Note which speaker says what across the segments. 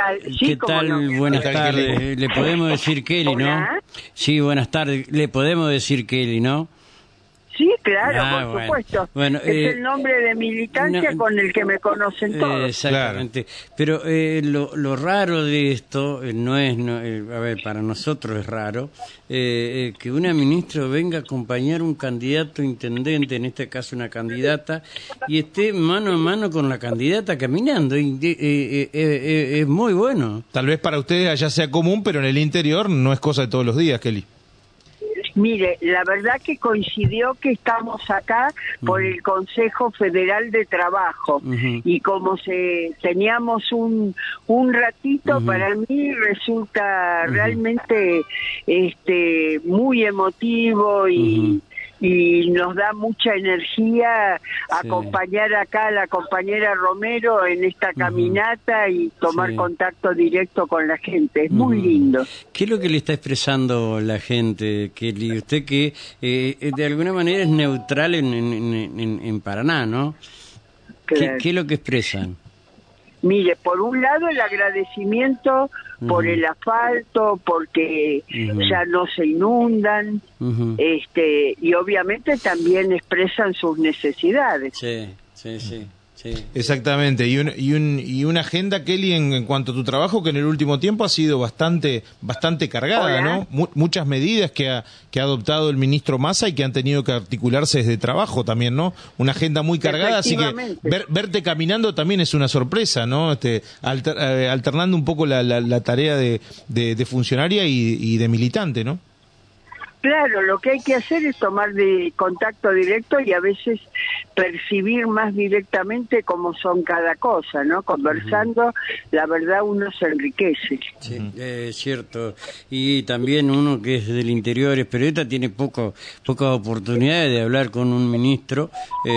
Speaker 1: tal? Sí,
Speaker 2: ¿Qué tal?
Speaker 1: no.
Speaker 2: Buenas tardes. Le podemos decir Kelly, ¿no?
Speaker 1: Hola.
Speaker 2: Sí, buenas tardes. Le podemos decir Kelly, ¿no?
Speaker 1: Sí, claro, por
Speaker 2: bueno.
Speaker 1: supuesto.
Speaker 2: Bueno,
Speaker 1: es el nombre de militancia
Speaker 2: no,
Speaker 1: con el que me conocen todos.
Speaker 2: Exactamente. Pero lo raro de esto no es, a ver, para nosotros es raro que una ministra venga a acompañar un candidato a intendente, en este caso una candidata, y esté mano a mano con la candidata caminando. Es muy bueno.
Speaker 3: Tal vez para ustedes allá sea común, pero en el interior no es cosa de todos los días, Kelly.
Speaker 1: Mire, la verdad que coincidió que estamos acá por el Consejo Federal de Trabajo y como teníamos un ratito, para mí resulta realmente muy emotivo y nos da mucha energía acompañar acá a la compañera Romero en esta caminata y tomar contacto directo con la gente. Es muy lindo.
Speaker 2: ¿Qué es lo que le está expresando la gente, Kelly? Usted que de alguna manera es neutral en Paraná, ¿no?
Speaker 1: Claro.
Speaker 2: ¿Qué es lo que expresan?
Speaker 1: Mire, por un lado el agradecimiento por el asfalto, porque ya no se inundan, y obviamente también expresan sus necesidades.
Speaker 2: Sí.
Speaker 3: Exactamente, y una agenda, Kelly, en cuanto a tu trabajo, que en el último tiempo ha sido bastante cargada.
Speaker 1: Hola.
Speaker 3: ¿No? Muchas medidas que ha adoptado el ministro Massa y que han tenido que articularse desde trabajo también, ¿no? Una agenda muy cargada, así que verte caminando también es una sorpresa, ¿no? Alternando un poco la tarea de funcionaria y de militante, ¿no?
Speaker 1: Claro, lo que hay que hacer es tomar de contacto directo y a veces percibir más directamente cómo son cada cosa, ¿no? Conversando, la verdad uno se enriquece.
Speaker 2: Sí, es cierto. Y también uno que es del interior, es periodista, tiene pocas oportunidades de hablar con un ministro.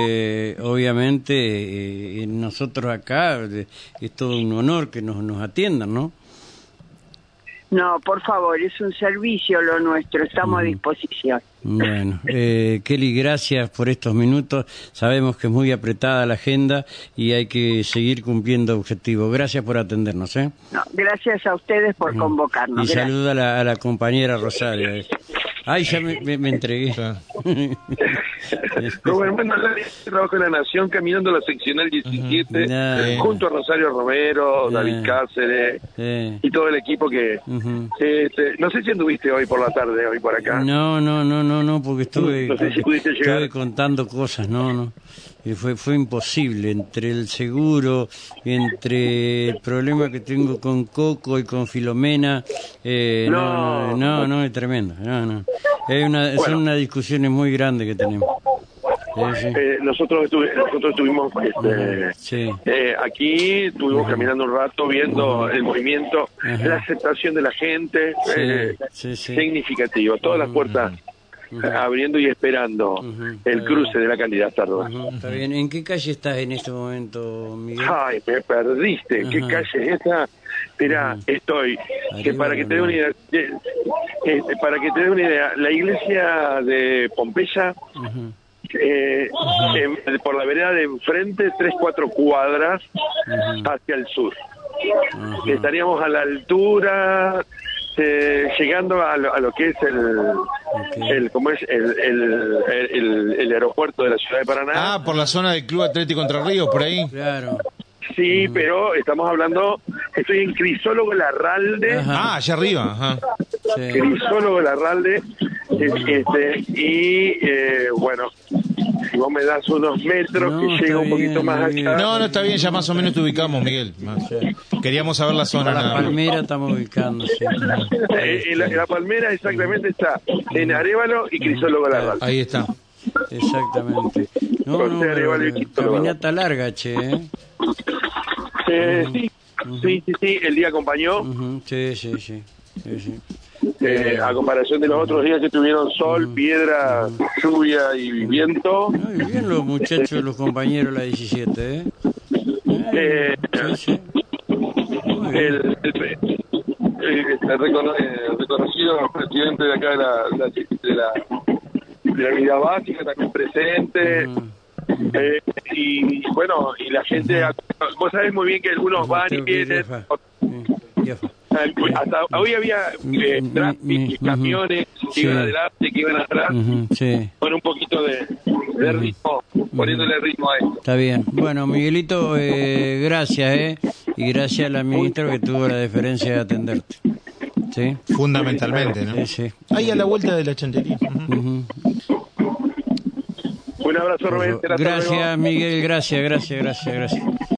Speaker 2: Obviamente, nosotros acá es todo un honor que nos atiendan, ¿no?
Speaker 1: No, por favor, es un servicio lo nuestro, estamos a disposición.
Speaker 2: Bueno, Kelly, gracias por estos minutos. Sabemos que es muy apretada la agenda y hay que seguir cumpliendo objetivos. Gracias por atendernos.
Speaker 1: No, gracias a ustedes por convocarnos.
Speaker 2: Y saluda a la compañera Rosario. Ay, ya me entregué.
Speaker 4: Como bueno, trabajo en La Nación, caminando la seccional 17, junto a Rosario Romero, David Cáceres y todo el equipo que... no sé si anduviste hoy por la tarde, hoy por acá.
Speaker 2: No, porque estuve,
Speaker 4: no sé si pudiste llegar.
Speaker 2: Estuve contando cosas, no. Y fue imposible, entre el seguro, entre el problema que tengo con Coco y con Filomena, no, es tremendo, no. Son unas discusiones muy grandes que tenemos.
Speaker 4: Nosotros estuvimos aquí, estuvimos caminando un rato viendo el movimiento, la aceptación de la gente, significativo, todas las puertas abriendo y esperando el cruce de la candidata Rosa.
Speaker 2: Está bien. ¿En qué calle estás en este momento, Miguel?
Speaker 4: Ay, me perdiste. ¿Qué calle es esa? Espera, estoy. Para que te dé una idea, la iglesia de Pompeya, por la vereda de enfrente, 3-4 cuadras hacia el sur. Estaríamos a la altura, llegando a lo que es el aeropuerto de la ciudad de Paraná.
Speaker 3: Por la zona del Club Atlético Entre Ríos, por ahí.
Speaker 2: Claro.
Speaker 4: Sí, pero estamos hablando, estoy en Crisólogo Larralde.
Speaker 3: Allá arriba.
Speaker 4: Crisólogo Larralde. Bueno, si vos me das unos metros, que llega un poquito más allá.
Speaker 3: No, está bien, ya más o menos te ubicamos, Miguel. Queríamos saber la zona.
Speaker 2: La Palmera estamos ubicando, sí.
Speaker 4: La Palmera exactamente está en Arévalo y Crisólogo Larralde.
Speaker 3: Ahí está.
Speaker 2: Exactamente. Caminata larga, che.
Speaker 4: Sí, el día acompañó.
Speaker 2: Sí.
Speaker 4: A comparación de los otros días que tuvieron sol, piedra, lluvia y viento.
Speaker 2: Muy bien los muchachos, los compañeros de la 17, Sí.
Speaker 4: El reconocido presidente de acá de la unidad básica también presente. Y bueno, y la gente, vos sabés muy bien que algunos van y vienen, Hasta hoy había camiones que iban adelante, que iban atrás, con un poquito de ritmo, poniéndole ritmo a esto.
Speaker 2: Está bien. Bueno, Miguelito, gracias, y gracias a la ministra que tuvo la deferencia de atenderte. ¿Sí?
Speaker 3: Fundamentalmente, ¿no?
Speaker 2: Sí.
Speaker 3: Ahí a la vuelta de la chantería.
Speaker 4: Un abrazo, Rubén.
Speaker 2: Gracias, Miguel, gracias.